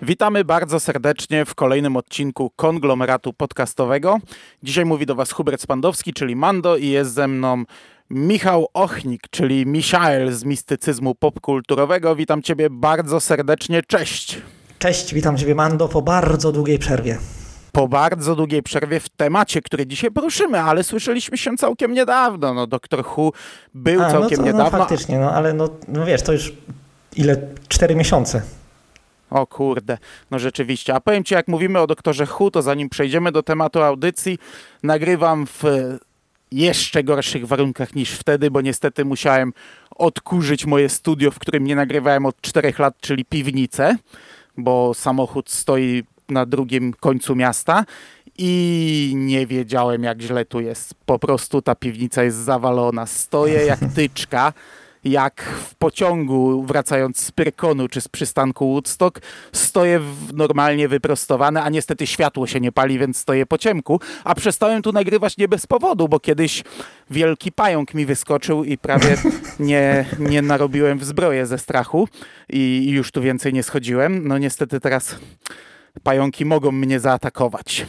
Witamy bardzo serdecznie w kolejnym odcinku Konglomeratu Podcastowego. Dzisiaj mówi do Was Hubert Spandowski, czyli Mando, i jest ze mną Michał Ochnik, czyli Michael z mistycyzmu popkulturowego. Witam Ciebie bardzo serdecznie, cześć! Cześć, witam Ciebie, Mando, po bardzo długiej przerwie. Po bardzo długiej przerwie w temacie, który dzisiaj poruszymy, ale słyszeliśmy się całkiem niedawno. No, Doktor Who był całkiem niedawno. No faktycznie, ale wiesz, to już 4 miesiące. O kurde, no rzeczywiście. A powiem Ci, jak mówimy o Doktorze Who, to zanim przejdziemy do tematu audycji, nagrywam w jeszcze gorszych warunkach niż wtedy, bo niestety musiałem odkurzyć moje studio, w którym nie nagrywałem od 4 lat, czyli piwnicę, bo samochód stoi na drugim końcu miasta i nie wiedziałem, jak źle tu jest. Po prostu ta piwnica jest zawalona. Stoję jak tyczka, jak w pociągu wracając z Pyrkonu czy z przystanku Woodstock. Stoję normalnie wyprostowane, a niestety światło się nie pali, więc stoję po ciemku. A przestałem tu nagrywać nie bez powodu, bo kiedyś wielki pająk mi wyskoczył i prawie nie narobiłem w zbroję ze strachu i już tu więcej nie schodziłem. No niestety teraz pająki mogą mnie zaatakować.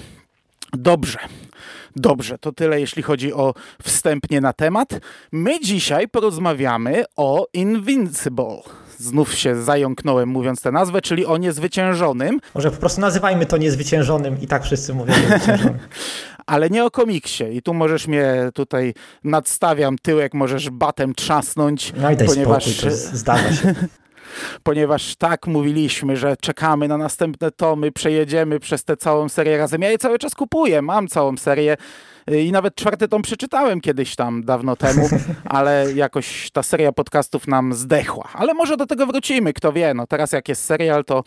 Dobrze, to tyle jeśli chodzi o wstępnie na temat. My dzisiaj porozmawiamy o Invincible. Znów się zająknąłem mówiąc tę nazwę, czyli o Niezwyciężonym. Może po prostu nazywajmy to Niezwyciężonym i tak wszyscy mówią Niezwyciężonym. Ale nie o komiksie. I tu możesz mnie tutaj nadstawiam tyłek, możesz batem trzasnąć. No i daj ponieważ spokój, to zdarza się. Ponieważ tak mówiliśmy, że czekamy na następne tomy, przejedziemy przez tę całą serię razem. Ja je cały czas kupuję, mam całą serię i nawet 4. tom przeczytałem kiedyś tam dawno temu, ale jakoś ta seria podcastów nam zdechła. Ale może do tego wrócimy, kto wie. No teraz jak jest serial, to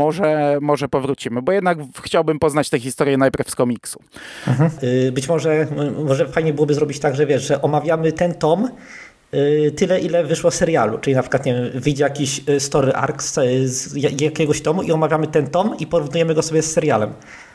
może powrócimy, bo jednak chciałbym poznać tę historię najpierw z komiksu. Być może fajnie byłoby zrobić tak, że wiesz, że omawiamy ten tom tyle, ile wyszło serialu, czyli na przykład nie wiem, wyjdzie jakiś story arc z jakiegoś tomu i omawiamy ten tom i porównujemy go sobie z serialem.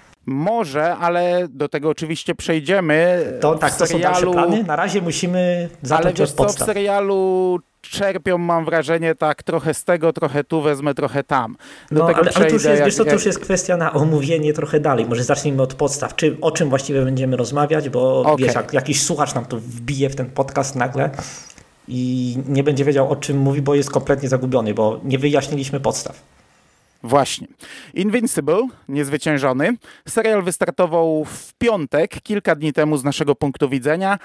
Może, ale do tego oczywiście przejdziemy. To są dalsze plany. Na razie musimy zacząć od podstaw. W serialu czerpią, mam wrażenie, tak trochę z tego, trochę tu wezmę, trochę tam. Ale to już jest kwestia na omówienie trochę dalej. Może zacznijmy od podstaw. O czym właściwie będziemy rozmawiać, bo wiesz, jak jakiś słuchacz nam tu wbije w ten podcast nagle i nie będzie wiedział, o czym mówi, bo jest kompletnie zagubiony, bo nie wyjaśniliśmy podstaw. Właśnie. Invincible, Niezwyciężony. Serial wystartował w piątek, kilka dni temu z naszego punktu widzenia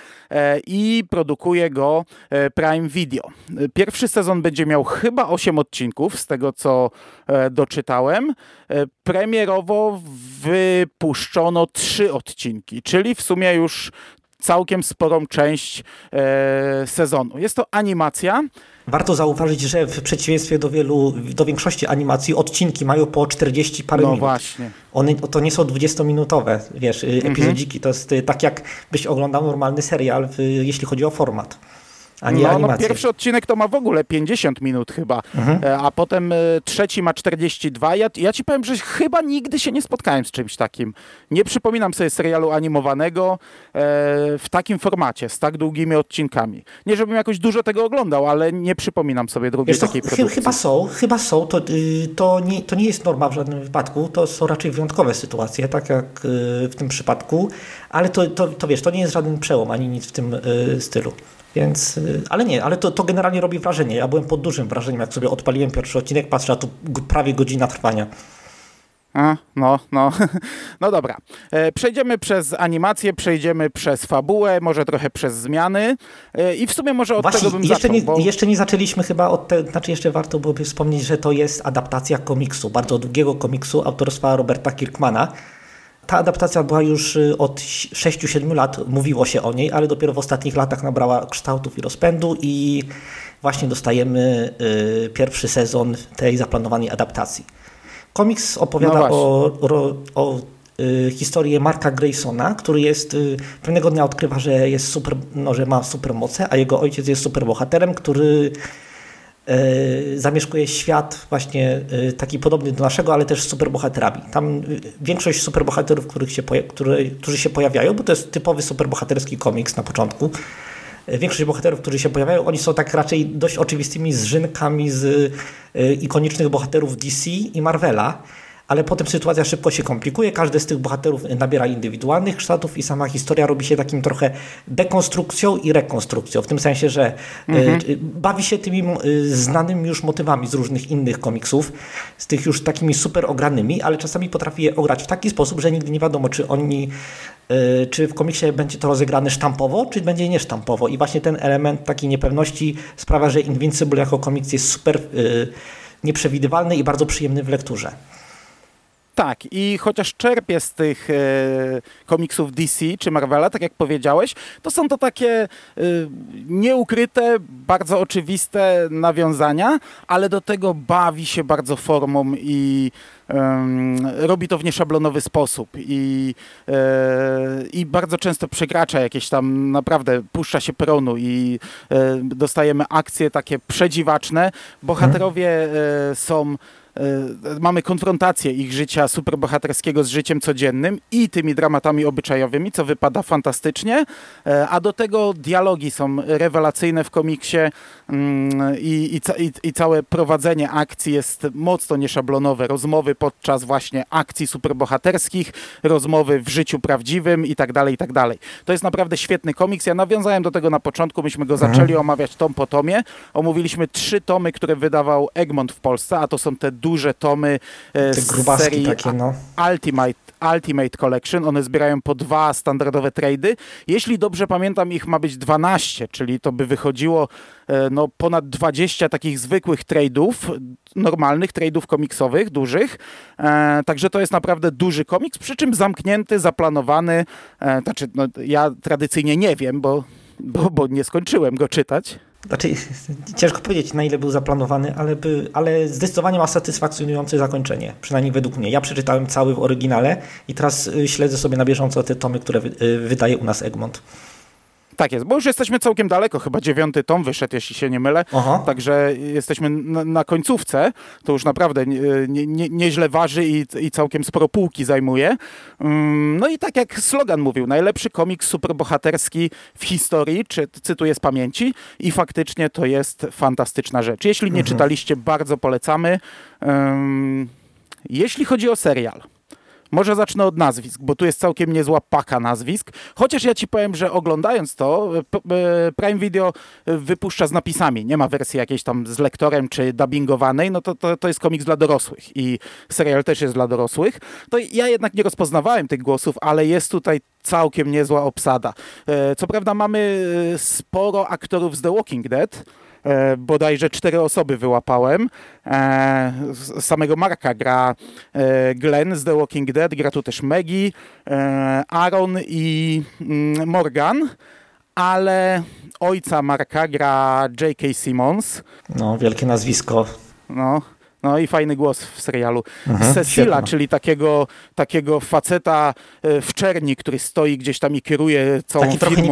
i produkuje go Prime Video. Pierwszy sezon będzie miał chyba 8 odcinków, z tego co doczytałem. Premierowo wypuszczono 3 odcinki, czyli w sumie już całkiem sporą część sezonu. Jest to animacja. Warto zauważyć, że w przeciwieństwie do większości animacji odcinki mają po 40 parę minut. Właśnie. To nie są 20-minutowe, wiesz, epizodziki. To jest tak, jak byś oglądał normalny serial, jeśli chodzi o format. Pierwszy odcinek to ma w ogóle 50 minut chyba, a potem trzeci ma 42. Ja ci powiem, że chyba nigdy się nie spotkałem z czymś takim. Nie przypominam sobie serialu animowanego w takim formacie, z tak długimi odcinkami. Nie, żebym jakoś dużo tego oglądał, ale nie przypominam sobie drugiej takiej produkcji. Chyba są. To nie jest norma w żadnym wypadku. To są raczej wyjątkowe sytuacje, tak jak w tym przypadku. Ale to wiesz, to nie jest żaden przełom, ani nic w tym stylu. Więc, ale to generalnie robi wrażenie. Ja byłem pod dużym wrażeniem, jak sobie odpaliłem pierwszy odcinek, patrzę, a tu prawie godzina trwania. No dobra. Przejdziemy przez animację, przejdziemy przez fabułę, może trochę przez zmiany i w sumie może od tego bym zaczął. Jeszcze nie zaczęliśmy chyba jeszcze warto byłoby wspomnieć, że to jest adaptacja komiksu, bardzo długiego komiksu autorstwa Roberta Kirkmana. Ta adaptacja była już od 6-7 lat, mówiło się o niej, ale dopiero w ostatnich latach nabrała kształtów i rozpędu i właśnie dostajemy pierwszy sezon tej zaplanowanej adaptacji. Komiks opowiada o historię Marka Graysona, który pewnego dnia odkrywa, że jest że ma supermoce, a jego ojciec jest superbohaterem, który zamieszkuje świat właśnie taki podobny do naszego, ale też z superbohaterami. Tam większość superbohaterów, którzy się pojawiają, bo to jest typowy superbohaterski komiks na początku, większość bohaterów, którzy się pojawiają, oni są tak raczej dość oczywistymi zżynkami z ikonicznych bohaterów DC i Marvela, ale potem sytuacja szybko się komplikuje, każdy z tych bohaterów nabiera indywidualnych kształtów i sama historia robi się takim trochę dekonstrukcją i rekonstrukcją, w tym sensie, że bawi się tymi znanymi już motywami z różnych innych komiksów, z tych już takimi super ogranymi, ale czasami potrafi je ograć w taki sposób, że nigdy nie wiadomo, czy w komiksie będzie to rozegrane sztampowo, czy będzie niesztampowo. I właśnie ten element takiej niepewności sprawia, że Invincible jako komiks jest super nieprzewidywalny i bardzo przyjemny w lekturze. Tak, i chociaż czerpię z tych komiksów DC czy Marvela, tak jak powiedziałeś, to są to takie nieukryte, bardzo oczywiste nawiązania, ale do tego bawi się bardzo formą i robi to w nieszablonowy sposób i bardzo często przekracza jakieś tam, naprawdę puszcza się peronu i dostajemy akcje takie przedziwaczne. Bohaterowie mamy konfrontację ich życia superbohaterskiego z życiem codziennym i tymi dramatami obyczajowymi, co wypada fantastycznie, a do tego dialogi są rewelacyjne w komiksie i całe prowadzenie akcji jest mocno nieszablonowe. Rozmowy podczas właśnie akcji superbohaterskich, rozmowy w życiu prawdziwym i tak dalej, i tak dalej. To jest naprawdę świetny komiks. Ja nawiązałem do tego na początku, myśmy go zaczęli omawiać tom po tomie. Omówiliśmy 3 tomy, które wydawał Egmont w Polsce, a to są te duże tomy z serii takie, Ultimate Collection. One zbierają po 2 standardowe trady. Jeśli dobrze pamiętam, ich ma być 12, czyli to by wychodziło ponad 20 takich zwykłych trade'ów, normalnych trade'ów komiksowych, dużych. Także to jest naprawdę duży komiks, przy czym zamknięty, zaplanowany. Ja tradycyjnie nie wiem, bo nie skończyłem go czytać. Znaczy, ciężko powiedzieć, na ile był zaplanowany, ale zdecydowanie ma satysfakcjonujące zakończenie, przynajmniej według mnie. Ja przeczytałem cały w oryginale i teraz śledzę sobie na bieżąco te tomy, które wydaje u nas Egmont. Tak jest, bo już jesteśmy całkiem daleko, chyba 9 tom wyszedł, jeśli się nie mylę, także jesteśmy na końcówce, to już naprawdę nieźle waży i całkiem sporo półki zajmuje. No i tak jak slogan mówił, najlepszy komiks superbohaterski w historii, cytuję z pamięci, i faktycznie to jest fantastyczna rzecz. Jeśli nie czytaliście, bardzo polecamy. Jeśli chodzi o serial, może zacznę od nazwisk, bo tu jest całkiem niezła paka nazwisk. Chociaż ja ci powiem, że oglądając to, Prime Video wypuszcza z napisami. Nie ma wersji jakiejś tam z lektorem czy dubbingowanej. No to jest komiks dla dorosłych i serial też jest dla dorosłych. To ja jednak nie rozpoznawałem tych głosów, ale jest tutaj całkiem niezła obsada. Co prawda mamy sporo aktorów z The Walking Dead. Bodajże 4 osoby wyłapałem. Samego Marka gra Glenn z The Walking Dead, gra tu też Maggie, Aaron i Morgan, ale ojca Marka gra J.K. Simmons. No, wielkie nazwisko. No i fajny głos w serialu. Cecila, czyli takiego faceta w czerni, który stoi gdzieś tam i kieruje całą firmą,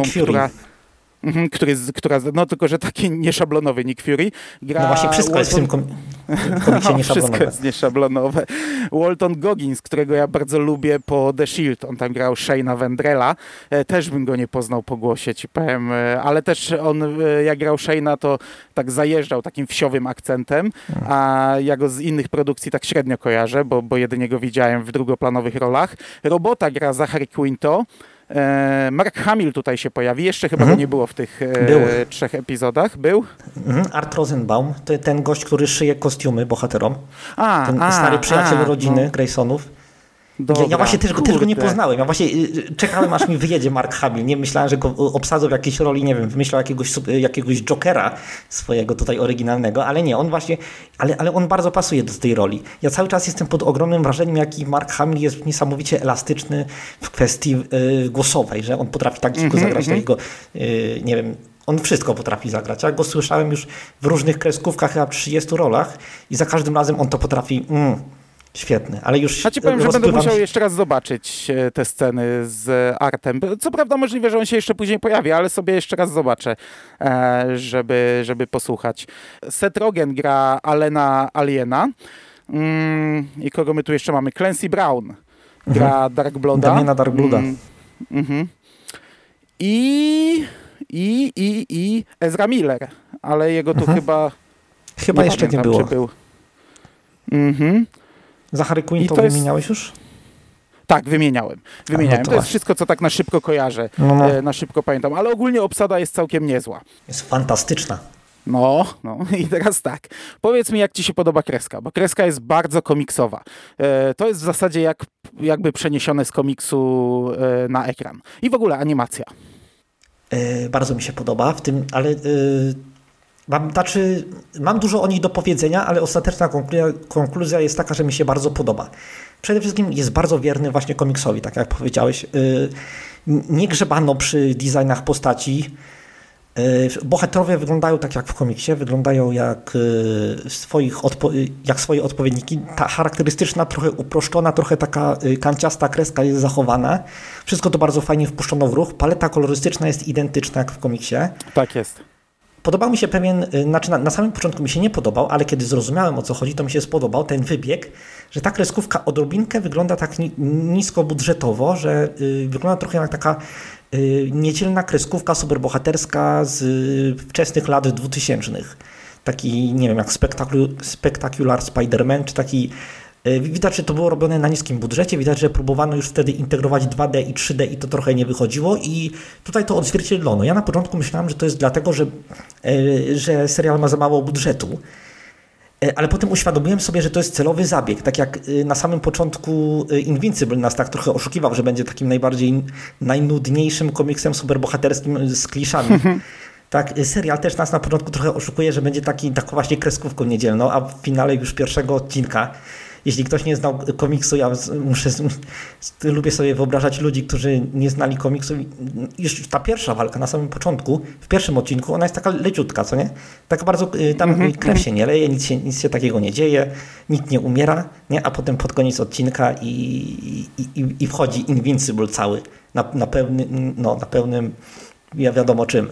tylko że taki nieszablonowy Nick Fury. No właśnie wszystko jest w tym komiksie nieszablonowe. Wszystko jest nieszablonowe. Walton Goggins, którego ja bardzo lubię po The Shield, on tam grał Shane'a Vendrella, też bym go nie poznał po głosie, ci powiem, ale też on, jak grał Shane'a, to tak zajeżdżał takim wsiowym akcentem, a ja go z innych produkcji tak średnio kojarzę, bo jedynie go widziałem w drugoplanowych rolach. Robota gra Zachary Quinto. Mark Hamill tutaj się pojawi, jeszcze chyba go nie było w tych 3 epizodach. Był? Art Rosenbaum, to ten gość, który szyje kostiumy bohaterom. Stary przyjaciel rodziny Graysonów. Dobra, ja właśnie też go nie poznałem. Ja właśnie czekałem, aż mi wyjedzie Mark Hamill. Nie myślałem, że go obsadzą w jakiejś roli, nie wiem, wymyślał jakiegoś Jokera swojego tutaj oryginalnego, ale nie, on właśnie, ale on bardzo pasuje do tej roli. Ja cały czas jestem pod ogromnym wrażeniem, jaki Mark Hamill jest niesamowicie elastyczny w kwestii głosowej, że on potrafi tak dziwko zagrać takiego, nie wiem, on wszystko potrafi zagrać. Ja go słyszałem już w różnych kreskówkach, chyba 30 rolach i za każdym razem on to potrafi... Świetny, ale już... Ja ci powiem, że będę musiał jeszcze raz zobaczyć te sceny z Artem. Co prawda możliwe, że on się jeszcze później pojawi, ale sobie jeszcze raz zobaczę, żeby posłuchać. Seth Rogen gra Allena Aliena. I kogo my tu jeszcze mamy? Clancy Brown gra Darkblooda. Damiana Darkblooda. I Ezra Miller, ale jego tu chyba jeszcze nie było. Czy był. Zachary Quinn I to to jest- wymieniałeś już? Tak, wymieniałem. to To jest właśnie. wszystko, co tak na szybko kojarzę, na szybko pamiętam, ale ogólnie obsada jest całkiem niezła. Jest fantastyczna. No i teraz tak. Powiedz mi, jak ci się podoba kreska, bo kreska jest bardzo komiksowa. To jest w zasadzie jakby przeniesione z komiksu na ekran. I w ogóle animacja. Bardzo mi się podoba w tym, ale mam dużo o nich do powiedzenia, ale ostateczna konkluzja jest taka, że mi się bardzo podoba. Przede wszystkim jest bardzo wierny właśnie komiksowi, tak jak powiedziałeś. Nie grzebano przy designach postaci. Bohaterowie wyglądają tak jak w komiksie, wyglądają jak swoje odpowiedniki. Ta charakterystyczna, trochę uproszczona, trochę taka kanciasta kreska jest zachowana. Wszystko to bardzo fajnie wpuszczono w ruch. Paleta kolorystyczna jest identyczna jak w komiksie. Tak jest. Podobał mi się na samym początku mi się nie podobał, ale kiedy zrozumiałem, o co chodzi, to mi się spodobał ten wybieg, że ta kreskówka odrobinkę wygląda tak niskobudżetowo, że wygląda trochę jak taka niedzielna kreskówka superbohaterska z wczesnych lat 2000. Taki, nie wiem, jak Spectacular Spider-Man, czy taki. Widać, że to było robione na niskim budżecie, widać, że próbowano już wtedy integrować 2D i 3D i to trochę nie wychodziło i tutaj to odzwierciedlono. Ja na początku myślałem, że to jest dlatego, że serial ma za mało budżetu, ale potem uświadomiłem sobie, że to jest celowy zabieg. Tak jak na samym początku Invincible nas tak trochę oszukiwał, że będzie takim najnudniejszym komiksem superbohaterskim z kliszami. Tak, serial też nas na początku trochę oszukuje, że będzie taką właśnie kreskówką niedzielną, a w finale już pierwszego odcinka, jeśli ktoś nie znał komiksu, ja lubię sobie wyobrażać ludzi, którzy nie znali komiksu. Już ta pierwsza walka na samym początku, w pierwszym odcinku, ona jest taka leciutka, co nie? Tak bardzo tam krew się nie leje, nic się takiego nie dzieje, nikt nie umiera, nie? A potem pod koniec odcinka i wchodzi Invincible cały na pełnym, ja wiadomo czym.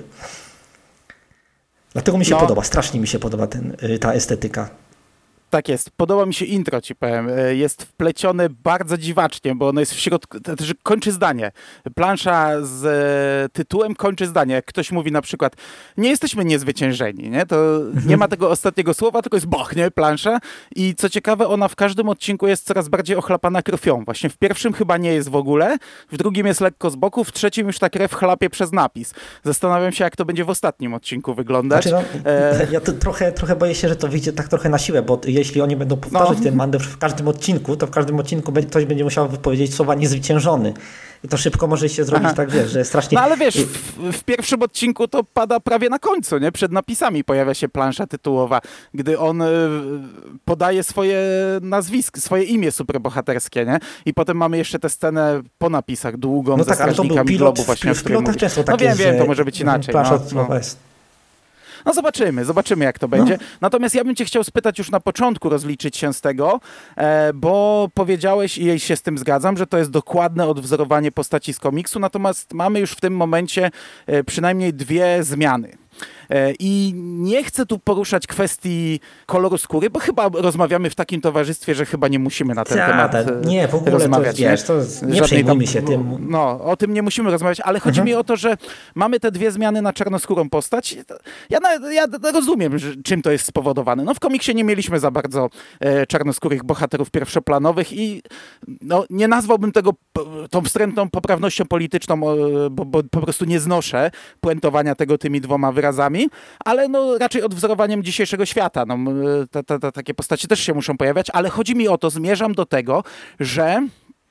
Dlatego mi się podoba, strasznie mi się podoba ta estetyka. Tak jest. Podoba mi się intro, ci powiem. Jest wplecione bardzo dziwacznie, bo ono jest w środku, to znaczy kończy zdanie. Plansza z tytułem kończy zdanie. Jak ktoś mówi na przykład, nie jesteśmy niezwyciężeni, nie? To nie ma tego ostatniego słowa, tylko jest boch, nie? Plansza. I co ciekawe, ona w każdym odcinku jest coraz bardziej ochlapana krwią. Właśnie w pierwszym chyba nie jest w ogóle, w drugim jest lekko z boku, w trzecim już ta krew chlapie przez napis. Zastanawiam się, jak to będzie w ostatnim odcinku wyglądać. Znaczy, ja trochę boję się, że to wyjdzie tak trochę na siłę, bo jeśli oni będą powtarzać ten manewr w każdym odcinku, to w każdym odcinku ktoś będzie musiał wypowiedzieć słowa niezwyciężony. I to szybko może się zrobić tak, wiesz, że strasznie... No ale wiesz, w pierwszym odcinku to pada prawie na końcu, nie? Przed napisami pojawia się plansza tytułowa, gdy on podaje swoje nazwisko, swoje imię superbohaterskie, nie? I potem mamy jeszcze tę scenę po napisach, długą, ze strażnikami globu właśnie, w pilotach często tak jest, wiem, to może być inaczej. Plansza jest. No zobaczymy jak to będzie. Natomiast ja bym cię chciał spytać już na początku, rozliczyć się z tego, bo powiedziałeś i się z tym zgadzam, że to jest dokładne odwzorowanie postaci z komiksu, natomiast mamy już w tym momencie przynajmniej dwie zmiany. I nie chcę tu poruszać kwestii koloru skóry, bo chyba rozmawiamy w takim towarzystwie, że chyba nie musimy na ten temat nie, w ogóle rozmawiać. Nie przejmujmy się tym. No, o tym nie musimy rozmawiać, ale chodzi mi o to, że mamy te dwie zmiany na czarnoskórą postać. Ja rozumiem, czym to jest spowodowane. No w komiksie nie mieliśmy za bardzo czarnoskórych bohaterów pierwszoplanowych i nie nazwałbym tego tą wstrętną poprawnością polityczną, bo po prostu nie znoszę puentowania tego tymi dwoma wyrazami, ale raczej odwzorowaniem dzisiejszego świata. Takie postacie też się muszą pojawiać, ale chodzi mi o to, zmierzam do tego, że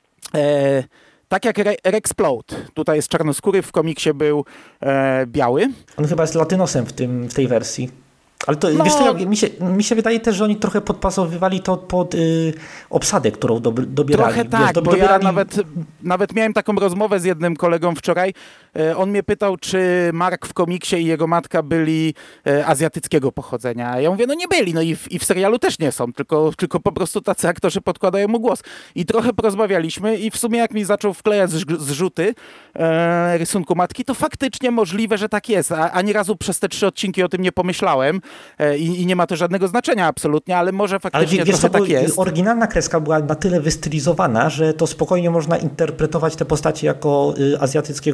tak jak Rexplode, tutaj jest czarnoskóry, w komiksie był biały. On chyba jest latynosem w tej wersji. Ale to, wiesz co, mi się wydaje też, że oni trochę podpasowywali to pod obsadę, którą dobierali. Trochę tak, bo ja nawet miałem taką rozmowę z jednym kolegą wczoraj. On mnie pytał, czy Mark w komiksie i jego matka byli azjatyckiego pochodzenia. A ja mówię, nie byli, i w serialu też nie są, tylko po prostu tacy aktorzy podkładają mu głos. I trochę porozmawialiśmy i w sumie jak mi zaczął wklejać zrzuty rysunku matki, to faktycznie możliwe, że tak jest. A ani razu przez te 3 odcinki o tym nie pomyślałem. I nie ma to żadnego znaczenia absolutnie, ale może faktycznie ale trochę tak jest. Oryginalna kreska była na tyle wystylizowana, że to spokojnie można interpretować te postacie jako azjatyckiego pochodzenia.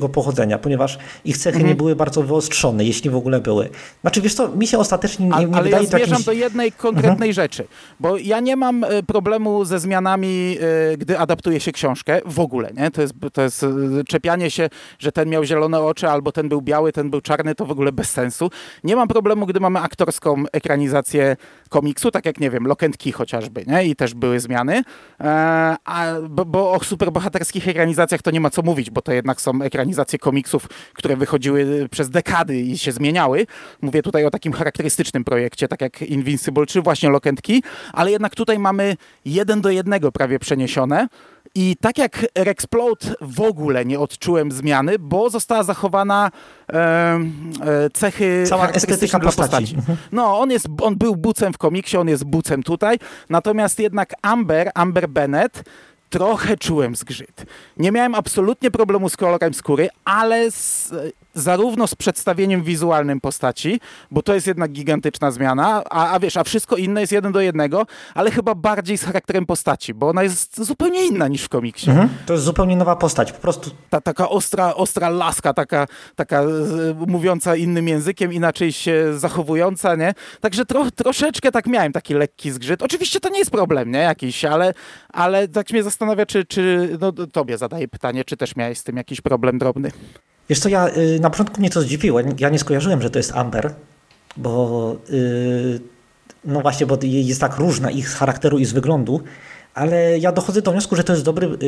zdania, ponieważ ich cechy nie były bardzo wyostrzone, jeśli w ogóle były. Znaczy, wiesz co, mi się ostatecznie nie Ale wydaje ja zmierzam jakimś... do jednej konkretnej rzeczy, bo ja nie mam problemu ze zmianami, gdy adaptuje się książkę, w ogóle, nie? To jest czepianie się, że ten miał zielone oczy, albo ten był biały, ten był czarny, to w ogóle bez sensu. Nie mam problemu, gdy mamy aktorską ekranizację komiksu, tak jak, nie wiem, Lock and Key chociażby, nie? I też były zmiany, bo o superbohaterskich ekranizacjach to nie ma co mówić, bo to jednak są ekranizacje komiksów, które wychodziły przez dekady i się zmieniały. Mówię tutaj o takim charakterystycznym projekcie, tak jak Invincible czy właśnie Lock and Key, ale jednak tutaj mamy 1:1 prawie przeniesione. I tak jak Rexplode w ogóle nie odczułem zmiany, bo została zachowana cechy cała charakterystyczne estetyka dla postaci. postaci. No, on był bucem w komiksie, on jest bucem tutaj, natomiast jednak Amber Bennett, trochę czułem zgrzyt. Nie miałem absolutnie problemu z kolorem skóry, ale zarówno z przedstawieniem wizualnym postaci, bo to jest jednak gigantyczna zmiana, a wiesz, a wszystko inne jest 1:1, ale chyba bardziej z charakterem postaci, bo ona jest zupełnie inna niż w komiksie. To jest zupełnie nowa postać, po prostu. Taka ostra laska, taka mówiąca innym językiem, inaczej się zachowująca, nie? Także troszeczkę tak miałem taki lekki zgrzyt. Oczywiście to nie jest problem, nie? Jakiś, ale tak mnie zastanawia, czy no, tobie zadaję pytanie, czy też miałeś z tym jakiś problem drobny. Wiesz co, na początku mnie to zdziwiło. Ja nie skojarzyłem, że to jest Amber, bo no właśnie, bo jest tak różna ich z charakteru i z wyglądu, ale ja dochodzę do wniosku, że to jest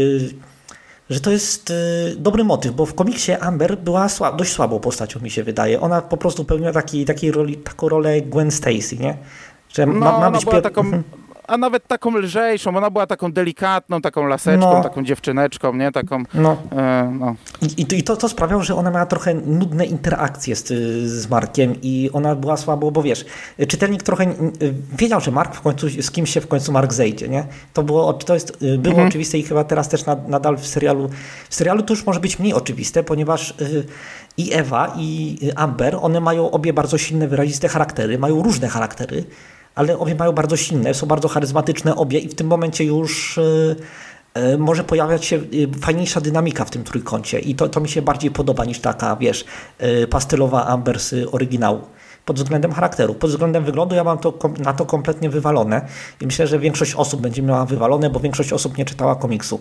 dobry motyw, bo w komiksie Amber była dość słabą postacią, mi się wydaje. Ona po prostu pełniła taką rolę Gwen Stacy, nie? Że ma być była taką... A nawet taką lżejszą, ona była taką delikatną, taką laseczką, taką dziewczyneczką, nie? Taką, I to sprawiało, że ona miała trochę nudne interakcje z Markiem i ona była słabo, bo wiesz, czytelnik trochę wiedział, że Mark w końcu, z kim się w końcu Mark zejdzie, nie? To było oczywiste i chyba teraz też nadal w serialu. W serialu to już może być mniej oczywiste, ponieważ i Ewa, i Amber, one mają obie bardzo silne, wyraziste charaktery, mają różne charaktery, ale obie mają bardzo silne, są bardzo charyzmatyczne obie i w tym momencie już może pojawiać się fajniejsza dynamika w tym trójkącie i to mi się bardziej podoba niż taka, wiesz, pastelowa Amber z oryginału. Pod względem charakteru. Pod względem wyglądu ja mam na to kompletnie wywalone i myślę, że większość osób będzie miała wywalone, bo większość osób nie czytała komiksu.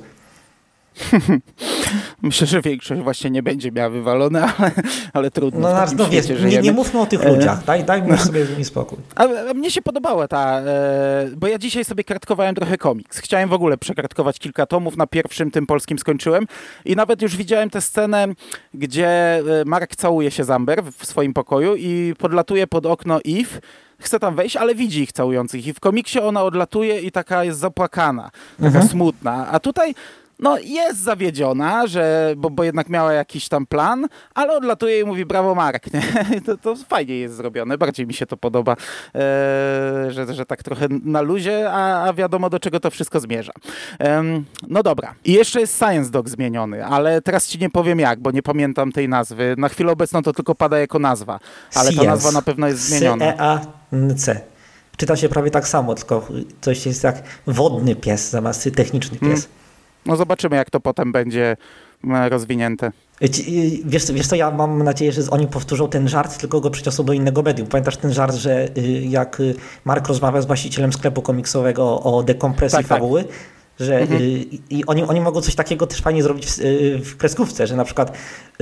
Myślę, że większość właśnie nie będzie miała wywalone, ale trudno. No wiesz, nie mówmy o tych ludziach, dajmy sobie z nimi spokój. A mnie się podobała bo ja dzisiaj sobie kartkowałem trochę komiks. Chciałem w ogóle przekartkować kilka tomów, na pierwszym tym polskim skończyłem i nawet już widziałem tę scenę, gdzie Mark całuje się z Amber w swoim pokoju i podlatuje pod okno Eve. Chce tam wejść, ale widzi ich całujących i w komiksie ona odlatuje i taka jest zapłakana, taka smutna, a tutaj no jest zawiedziona, bo jednak miała jakiś tam plan, ale odlatuje i mówi brawo Mark, nie? To fajnie jest zrobione, bardziej mi się to podoba, że tak trochę na luzie, a wiadomo do czego to wszystko zmierza. No dobra. I jeszcze jest Science Dog zmieniony, ale teraz ci nie powiem jak, bo nie pamiętam tej nazwy. Na chwilę obecną to tylko pada jako nazwa, ale ta nazwa na pewno jest zmieniona. C. Czyta się prawie tak samo, tylko coś jest jak wodny pies zamiast techniczny pies. No zobaczymy, jak to potem będzie rozwinięte. Wiesz co, ja mam nadzieję, że oni powtórzą ten żart, tylko go przeniosą do innego medium. Pamiętasz ten żart, że jak Mark rozmawia z właścicielem sklepu komiksowego o dekompresji fabuły, że i oni mogą coś takiego też fajnie zrobić w kreskówce, że na przykład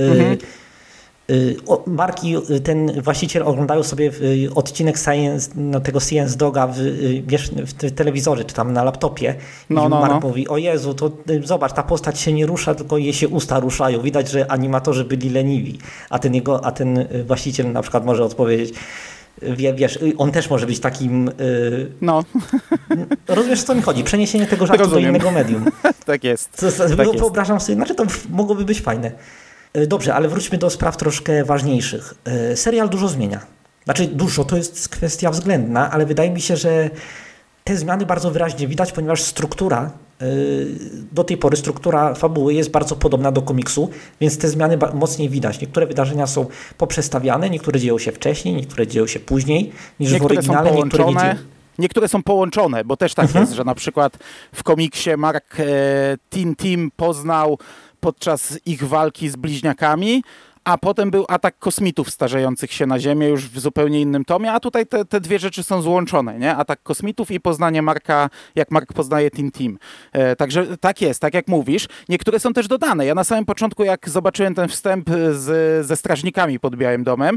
Mark i ten właściciel oglądają sobie odcinek tego Science Doga w telewizorze, czy tam na laptopie. I Mark mówi, o Jezu, to zobacz, ta postać się nie rusza, tylko jej się usta ruszają. Widać, że animatorzy byli leniwi. A ten właściciel na przykład może odpowiedzieć, wiesz, on też może być takim... Rozumiesz, o co mi chodzi? Przeniesienie tego żartu do innego medium. Tak jest. Wyobrażam sobie, to mogłoby być fajne. Dobrze, ale wróćmy do spraw troszkę ważniejszych. Serial dużo zmienia. Znaczy dużo, to jest kwestia względna, ale wydaje mi się, że te zmiany bardzo wyraźnie widać, ponieważ do tej pory struktura fabuły jest bardzo podobna do komiksu, więc te zmiany mocniej widać. Niektóre wydarzenia są poprzestawiane, niektóre dzieją się wcześniej, niektóre dzieją się później niż w oryginale, niektóre nie dzieją. Niektóre są połączone, bo też tak jest, że na przykład w komiksie Mark Tim poznał podczas ich walki z bliźniakami, a potem był atak kosmitów starzejących się na Ziemię już w zupełnie innym tomie, a tutaj te dwie rzeczy są złączone, nie? Atak kosmitów i poznanie Marka, jak Mark poznaje Teen Team. Także tak jest, tak jak mówisz. Niektóre są też dodane. Ja na samym początku, jak zobaczyłem ten wstęp ze strażnikami pod Białym Domem,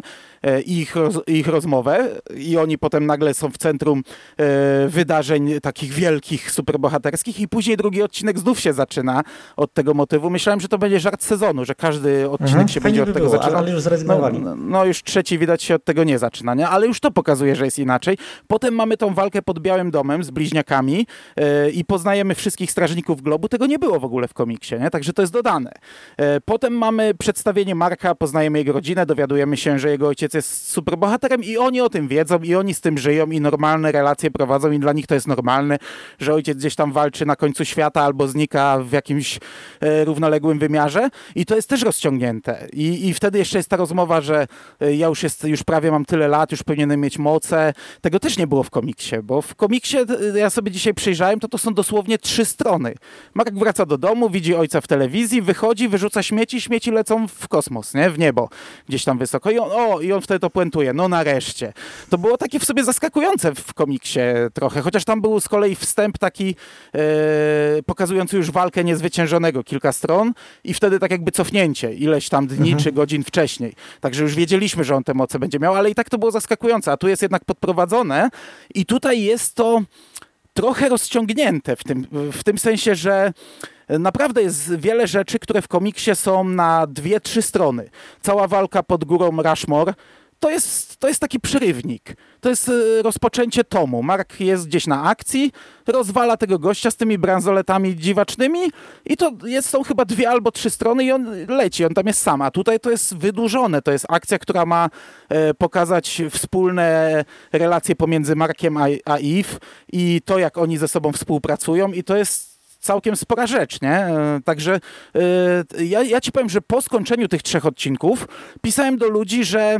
ich rozmowę i oni potem nagle są w centrum wydarzeń takich wielkich, superbohaterskich i później drugi odcinek znów się zaczyna od tego motywu. Myślałem, że to będzie żart sezonu, że każdy odcinek się będzie od tego zaczynał. Ale już zrezygnowali. No już trzeci widać się od tego nie zaczyna, nie? Ale już to pokazuje, że jest inaczej. Potem mamy tą walkę pod Białym Domem z bliźniakami i poznajemy wszystkich strażników Globu. Tego nie było w ogóle w komiksie, nie? Także to jest dodane. Potem mamy przedstawienie Marka, poznajemy jego rodzinę, dowiadujemy się, że jego ojciec jest superbohaterem i oni o tym wiedzą i oni z tym żyją i normalne relacje prowadzą i dla nich to jest normalne, że ojciec gdzieś tam walczy na końcu świata albo znika w jakimś równoległym wymiarze i to jest też rozciągnięte. I wtedy jeszcze jest ta rozmowa, że ja już prawie mam tyle lat, już powinienem mieć moce. Tego też nie było w komiksie, bo w komiksie, ja sobie dzisiaj przejrzałem, to są dosłownie 3 strony. Mark wraca do domu, widzi ojca w telewizji, wychodzi, wyrzuca śmieci lecą w kosmos, nie? W niebo, gdzieś tam wysoko. I on wtedy to puentuje. No nareszcie. To było takie w sobie zaskakujące w komiksie trochę, chociaż tam był z kolei wstęp taki pokazujący już walkę niezwyciężonego, kilka stron i wtedy tak jakby cofnięcie, ileś tam dni czy godzin wcześniej. Także już wiedzieliśmy, że on te moce będzie miał, ale i tak to było zaskakujące, a tu jest jednak podprowadzone i tutaj jest to trochę rozciągnięte w tym sensie, że naprawdę jest wiele rzeczy, które w komiksie są na 2-3 strony. Cała walka pod górą Rushmore to jest taki przerywnik. To jest rozpoczęcie tomu. Mark jest gdzieś na akcji, rozwala tego gościa z tymi bransoletami dziwacznymi i są chyba 2 albo 3 strony i on leci, on tam jest sam. A tutaj to jest wydłużone. To jest akcja, która ma pokazać wspólne relacje pomiędzy Markiem a Eve i to, jak oni ze sobą współpracują i to jest całkiem spora rzecz, nie? Także ja ci powiem, że po skończeniu tych 3 odcinków pisałem do ludzi, że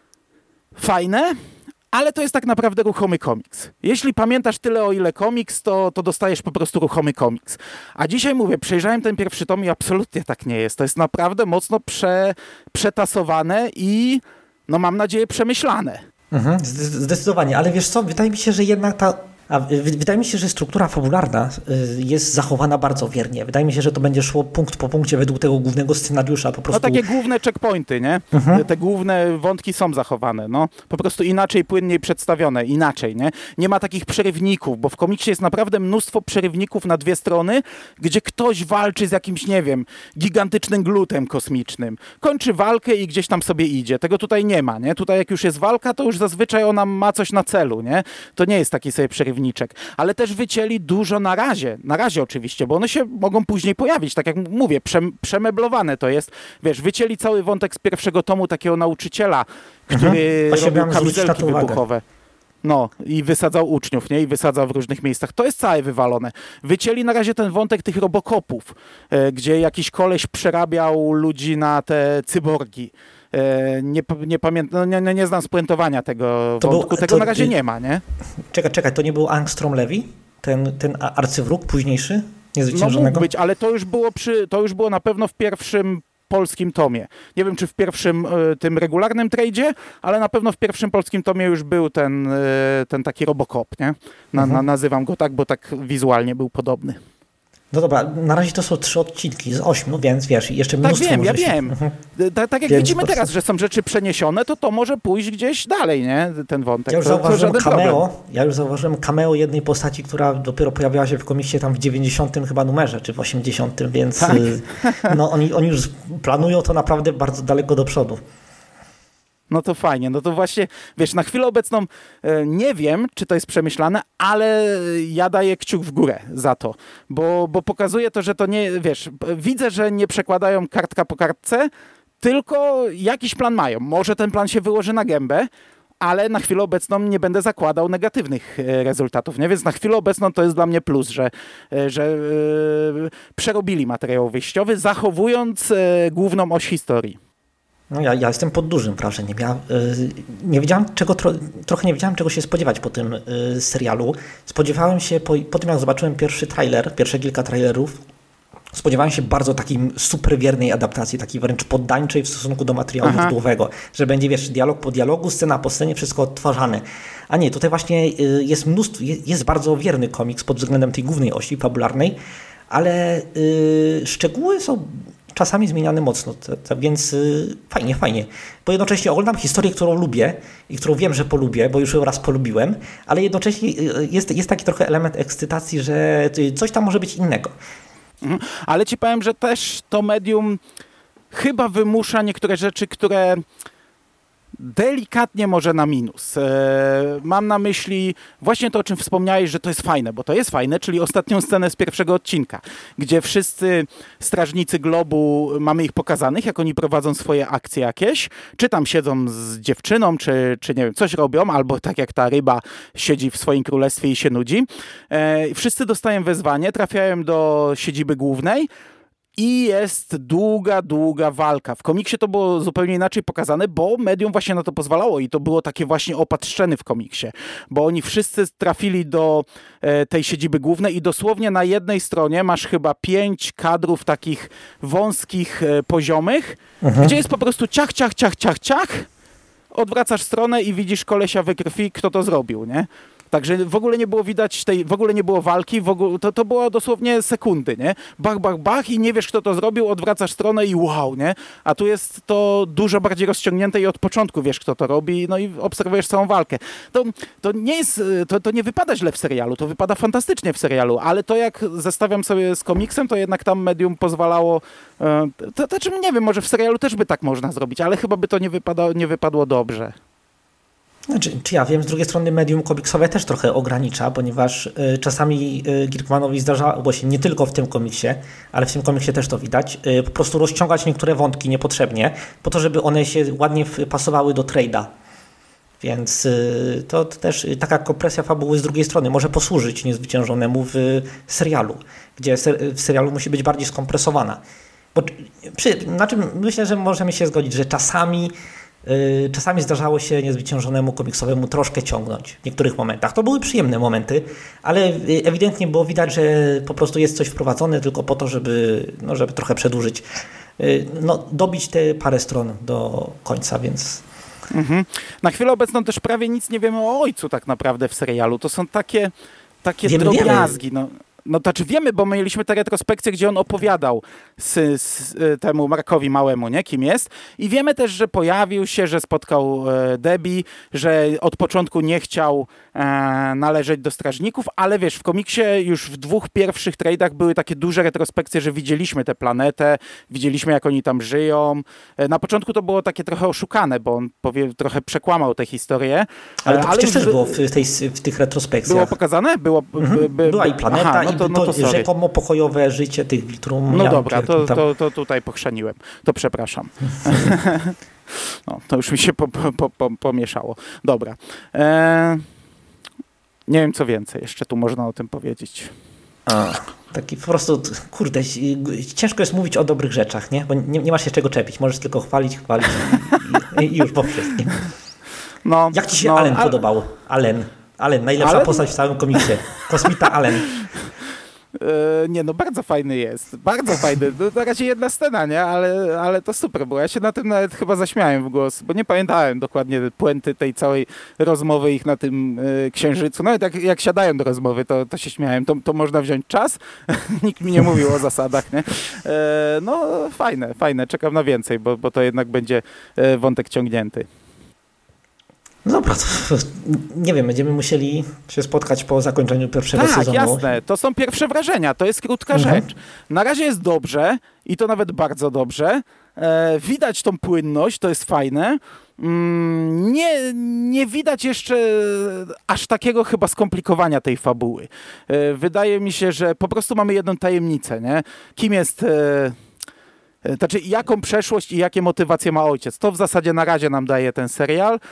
fajne, ale to jest tak naprawdę ruchomy komiks. Jeśli pamiętasz tyle, o ile komiks, to dostajesz po prostu ruchomy komiks. A dzisiaj mówię, przejrzałem ten pierwszy tom i absolutnie tak nie jest. To jest naprawdę mocno przetasowane i no mam nadzieję przemyślane. Zdecydowanie, ale wiesz co, wydaje mi się, że jednak wydaje mi się, że struktura fabularna jest zachowana bardzo wiernie. Wydaje mi się, że to będzie szło punkt po punkcie według tego głównego scenariusza. Po prostu... No takie główne checkpointy, nie? Te główne wątki są zachowane. No. Po prostu inaczej, płynniej przedstawione. Inaczej, nie? Nie ma takich przerywników, bo w komiksie jest naprawdę mnóstwo przerywników na 2 strony, gdzie ktoś walczy z jakimś, nie wiem, gigantycznym glutem kosmicznym. Kończy walkę i gdzieś tam sobie idzie. Tego tutaj nie ma, nie? Tutaj jak już jest walka, to już zazwyczaj ona ma coś na celu, nie? To nie jest taki sobie przerywniczek. Ale też wycięli dużo na razie oczywiście, bo one się mogą później pojawić, tak jak mówię, przemeblowane to jest, wiesz, wycięli cały wątek z pierwszego tomu takiego nauczyciela, który robił kamizelki wybuchowe. No i wysadzał uczniów, nie? I wysadzał w różnych miejscach. To jest całe wywalone. Wycięli na razie ten wątek tych robokopów, gdzie jakiś koleś przerabiał ludzi na te cyborgi. Nie pamiętam, nie znam spuentowania tego wątku, tego na razie nie ma, nie? Czekaj, to nie był Angstrom Levy? Ten arcywróg późniejszy? No mógł być, ale to już było na pewno w pierwszym polskim tomie. Nie wiem, czy w pierwszym tym regularnym tradzie, ale na pewno w pierwszym polskim tomie już był ten taki Robocop, nie? Nazywam go tak, bo tak wizualnie był podobny. No dobra, na razie to są 3 odcinki z 8, więc wiesz, jeszcze mnóstwo. Tak wiem, ja wiem. Tak jak widzimy teraz, że są rzeczy przeniesione, to może pójść gdzieś dalej, nie? Ten wątek. Ja już zauważyłem cameo jednej postaci, która dopiero pojawiała się w komiksie tam w 90 chyba numerze, czy w 80, więc tak. No oni już planują to naprawdę bardzo daleko do przodu. No to fajnie, no to właśnie, wiesz, na chwilę obecną nie wiem, czy to jest przemyślane, ale ja daję kciuk w górę za to, bo pokazuje to, że to nie, wiesz, widzę, że nie przekładają kartka po kartce, tylko jakiś plan mają. Może ten plan się wyłoży na gębę, ale na chwilę obecną nie będę zakładał negatywnych rezultatów, nie? Więc na chwilę obecną to jest dla mnie plus, że przerobili materiał wyjściowy, zachowując główną oś historii. No ja jestem pod dużym wrażeniem. Ja trochę nie wiedziałem, czego się spodziewać po tym serialu. Spodziewałem się, po tym jak zobaczyłem pierwsze kilka trailerów, spodziewałem się bardzo takiej super wiernej adaptacji, takiej wręcz poddańczej w stosunku do materiału źródłowego, że będzie, wiesz, dialog po dialogu, scena po scenie, wszystko odtwarzane. A nie, tutaj właśnie jest mnóstwo, jest bardzo wierny komiks pod względem tej głównej osi fabularnej, ale szczegóły są czasami zmieniane mocno, więc fajnie. Bo jednocześnie oglądam historię, którą lubię i którą wiem, że polubię, bo już ją raz polubiłem, ale jednocześnie jest taki trochę element ekscytacji, że coś tam może być innego. Ale ci powiem, że też to medium chyba wymusza niektóre rzeczy, które delikatnie może na minus. Mam na myśli właśnie to, o czym wspomniałeś, że to jest fajne, bo to jest fajne, czyli ostatnią scenę z pierwszego odcinka, gdzie wszyscy strażnicy Globu, mamy ich pokazanych, jak oni prowadzą swoje akcje jakieś, czy tam siedzą z dziewczyną, czy nie wiem, coś robią, albo tak jak ta ryba siedzi w swoim królestwie i się nudzi. Wszyscy dostają wezwanie, trafiają do siedziby głównej, i jest długa walka. W komiksie to było zupełnie inaczej pokazane, bo medium właśnie na to pozwalało i to było takie właśnie opatrzczeny w komiksie, bo oni wszyscy trafili do tej siedziby głównej i dosłownie na jednej stronie masz chyba 5 kadrów takich wąskich, poziomych, gdzie jest po prostu ciach, odwracasz stronę i widzisz kolesia we krwi, kto to zrobił, nie? Także w ogóle nie było widać w ogóle nie było walki, to było dosłownie sekundy, nie? Bach i nie wiesz, kto to zrobił, odwracasz stronę i wow, nie? A tu jest to dużo bardziej rozciągnięte i od początku wiesz, kto to robi, no i obserwujesz całą walkę. To nie jest, to nie wypada źle w serialu, to wypada fantastycznie w serialu, ale to jak zestawiam sobie z komiksem, to jednak tam medium pozwalało, to czym nie wiem, może w serialu też by tak można zrobić, ale chyba by to nie wypadło dobrze. Znaczy, czy ja wiem, z drugiej strony medium komiksowe też trochę ogranicza, ponieważ czasami Kirkmanowi zdarzało się, nie tylko w tym komiksie, ale w tym komiksie też to widać, po prostu rozciągać niektóre wątki niepotrzebnie, po to, żeby one się ładnie pasowały do trade'a. Więc to też taka kompresja fabuły z drugiej strony może posłużyć niezwyciężonemu w serialu, gdzie w serialu musi być bardziej skompresowana. Na czym myślę, że możemy się zgodzić, że czasami zdarzało się niezwyciężonemu komiksowemu troszkę ciągnąć w niektórych momentach. To były przyjemne momenty, ale ewidentnie było widać, że po prostu jest coś wprowadzone tylko po to, żeby trochę przedłużyć, dobić te parę stron do końca, więc... Na chwilę obecną też prawie nic nie wiemy o ojcu tak naprawdę w serialu. To są takie wiemy. drobiazgi. No to czy wiemy, bo mieliśmy tę retrospekcję, gdzie on opowiadał temu Markowi Małemu, nie, kim jest. I wiemy też, że pojawił się, że spotkał Debbie, że od początku nie chciał należeć do strażników, ale wiesz, w komiksie już w 2 pierwszych trade'ach były takie duże retrospekcje, że widzieliśmy tę planetę, widzieliśmy, jak oni tam żyją. Na początku to było takie trochę oszukane, bo on trochę przekłamał tę historię. Ale to przecież też było w tych retrospekcjach. Było pokazane? Była i planeta, to sorry. rzekomo pokojowe życie tych Wiltrum. No dobra, to tutaj pochrzaniłem. To przepraszam. No, to już mi się pomieszało. Dobra. Nie wiem, co więcej jeszcze tu można o tym powiedzieć. Taki po prostu, kurde, ciężko jest mówić o dobrych rzeczach, nie? Bo nie masz się czego czepić. Możesz tylko chwalić i już po wszystkim. No, jak ci się Allen podobał? Allen, najlepsza postać w całym komiksie. Kosmita Allen. Nie, no bardzo fajny jest. Bardzo fajny. Na razie jedna scena, nie? Ale to super było. Ja się na tym nawet chyba zaśmiałem w głos, bo nie pamiętałem dokładnie puenty tej całej rozmowy ich na tym księżycu. Nawet jak siadają do rozmowy, to się śmiałem. To można wziąć czas. Nikt mi nie mówił o zasadach, nie? No fajne. Czekam na więcej, bo to jednak będzie wątek ciągnięty. No dobra, to nie wiem, będziemy musieli się spotkać po zakończeniu pierwszego sezonu. Tak, jasne, to są pierwsze wrażenia, to jest krótka rzecz. Na razie jest dobrze i to nawet bardzo dobrze. Widać tą płynność, to jest fajne. Nie widać jeszcze aż takiego chyba skomplikowania tej fabuły. Wydaje mi się, że po prostu mamy jedną tajemnicę, nie? Kim jest... Znaczy, jaką przeszłość i jakie motywacje ma ojciec. To w zasadzie na razie nam daje ten serial.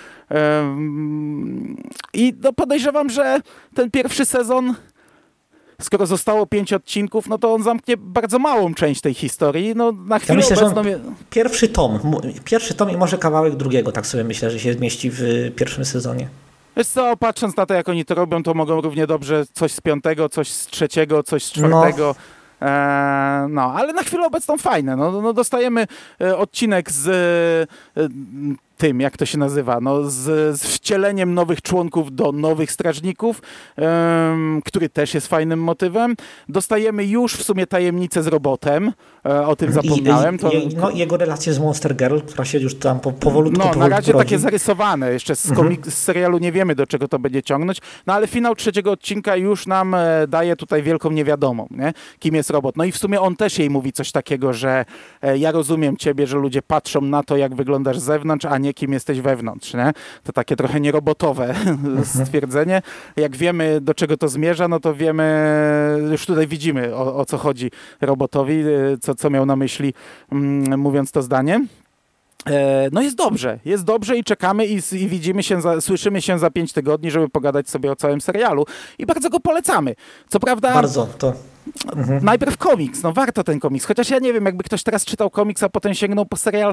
I podejrzewam, że ten pierwszy sezon, skoro zostało 5 odcinków, no to on zamknie bardzo małą część tej historii. No, na chwilę obecną... Pierwszy tom i może kawałek drugiego, tak sobie myślę, że się zmieści w pierwszym sezonie. Wiesz co, patrząc na to, jak oni to robią, to mogą równie dobrze coś z 5., coś z 3., coś z 4. No, ale na chwilę obecną fajne. No, dostajemy odcinek z tym, jak to się nazywa, no, z wcieleniem nowych członków do nowych strażników, który też jest fajnym motywem. Dostajemy już w sumie tajemnicę z robotem, o tym zapomniałem. No, jego relacje z Monster Girl, która się już tam powolutku No, na razie rodzi. takie zarysowane. Jeszcze z serialu nie wiemy, do czego to będzie ciągnąć, no ale finał 3 odcinka już nam daje tutaj wielką niewiadomą, nie? Kim jest robot. No i w sumie on też jej mówi coś takiego, że ja rozumiem ciebie, że ludzie patrzą na to, jak wyglądasz z zewnątrz, a nie kim jesteś wewnątrz, nie? To takie trochę nierobotowe stwierdzenie. Jak wiemy, do czego to zmierza, no to wiemy, już tutaj widzimy, o co chodzi robotowi, co miał na myśli, mówiąc to zdanie. No jest dobrze i czekamy i widzimy się, słyszymy się za 5 tygodni, żeby pogadać sobie o całym serialu i bardzo go polecamy. Co prawda... Bardzo, to... Najpierw komiks, no warto ten komiks, chociaż ja nie wiem, jakby ktoś teraz czytał komiks, a potem sięgnął po serial...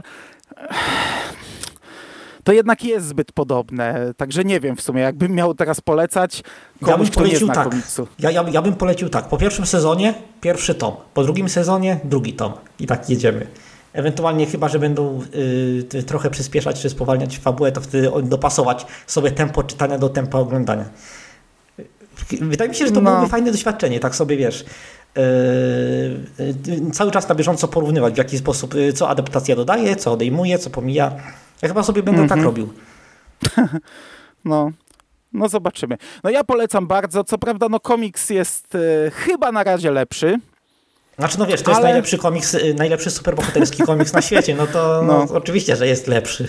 To jednak jest zbyt podobne, także nie wiem w sumie, jakbym miał teraz polecać komuś, kto nie zna komiksu. Ja bym polecił tak, po pierwszym sezonie pierwszy tom, po drugim sezonie drugi tom i tak jedziemy. Ewentualnie chyba, że będą trochę przyspieszać czy spowalniać fabułę, to wtedy dopasować sobie tempo czytania do tempa oglądania. Wydaje mi się, że to byłoby fajne doświadczenie, tak sobie wiesz, cały czas na bieżąco porównywać, w jaki sposób, co adaptacja dodaje, co odejmuje, co pomija. Ja chyba sobie będę tak robił. No zobaczymy. No ja polecam bardzo, co prawda no komiks jest chyba na razie lepszy. Znaczy no wiesz, to jest najlepszy komiks, najlepszy superbohaterski komiks na świecie, no to oczywiście, że jest lepszy.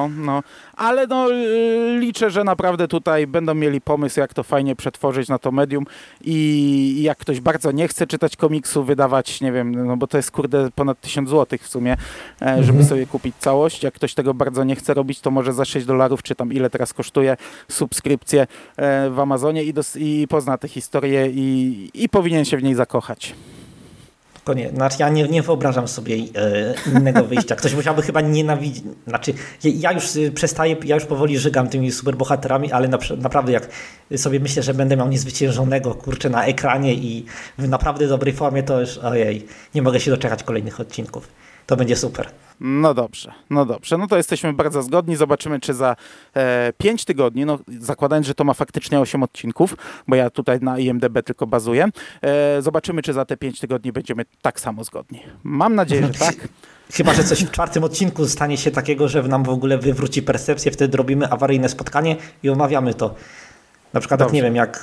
Ale liczę, że naprawdę tutaj będą mieli pomysł, jak to fajnie przetworzyć na to medium i jak ktoś bardzo nie chce czytać komiksu, wydawać, nie wiem, no bo to jest kurde ponad 1000 zł w sumie, żeby sobie kupić całość. Jak ktoś tego bardzo nie chce robić, to może za $6, czy tam ile teraz kosztuje subskrypcję w Amazonie i pozna tę historię i powinien się w niej zakochać. Nie, znaczy ja nie wyobrażam sobie innego wyjścia. Ktoś musiałby chyba nienawidzić. Znaczy, ja już przestaję, ja już powoli żygam tymi superbohaterami, ale naprawdę jak sobie myślę, że będę miał niezwyciężonego kurczę na ekranie i w naprawdę dobrej formie, to już ojej, nie mogę się doczekać kolejnych odcinków. To będzie super. No dobrze. No to jesteśmy bardzo zgodni. Zobaczymy, czy za 5 tygodni, no zakładając, że to ma faktycznie 8 odcinków, bo ja tutaj na IMDb tylko bazuję, zobaczymy, czy za te 5 tygodni będziemy tak samo zgodni. Mam nadzieję, że tak. Chyba, że coś w 4. odcinku stanie się takiego, że nam w ogóle wywróci percepcję, wtedy robimy awaryjne spotkanie i omawiamy to. Na przykład, tak, nie wiem, jak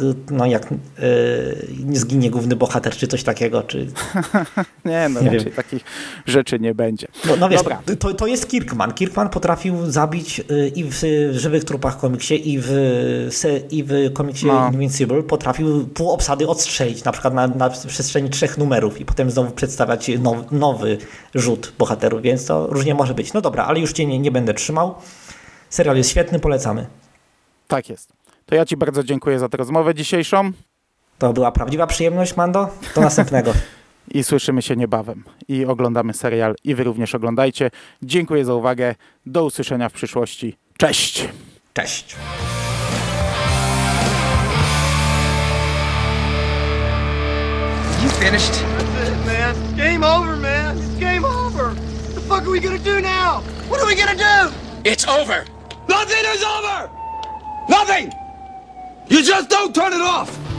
nie zginie główny bohater, czy coś takiego, czy... nie raczej takich rzeczy nie będzie. No wiesz, to jest Kirkman. Kirkman potrafił zabić i w Żywych Trupach komiksie, i w komiksie Invincible potrafił pół obsady odstrzelić, na przykład na przestrzeni 3 numerów i potem znowu przedstawiać nowy rzut bohaterów, więc to różnie może być. No dobra, ale już cię nie będę trzymał. Serial jest świetny, polecamy. Tak jest. To ja ci bardzo dziękuję za tę rozmowę dzisiejszą. To była prawdziwa przyjemność, Mando. Do następnego. I słyszymy się niebawem. I oglądamy serial. I wy również oglądajcie. Dziękuję za uwagę. Do usłyszenia w przyszłości. Cześć! Cześć! You finished? That's it, man. It's game over, man. It's game over. What the fuck are we gonna do now? What are we gonna do? It's over. Nothing is over! Nothing! You just don't turn it off!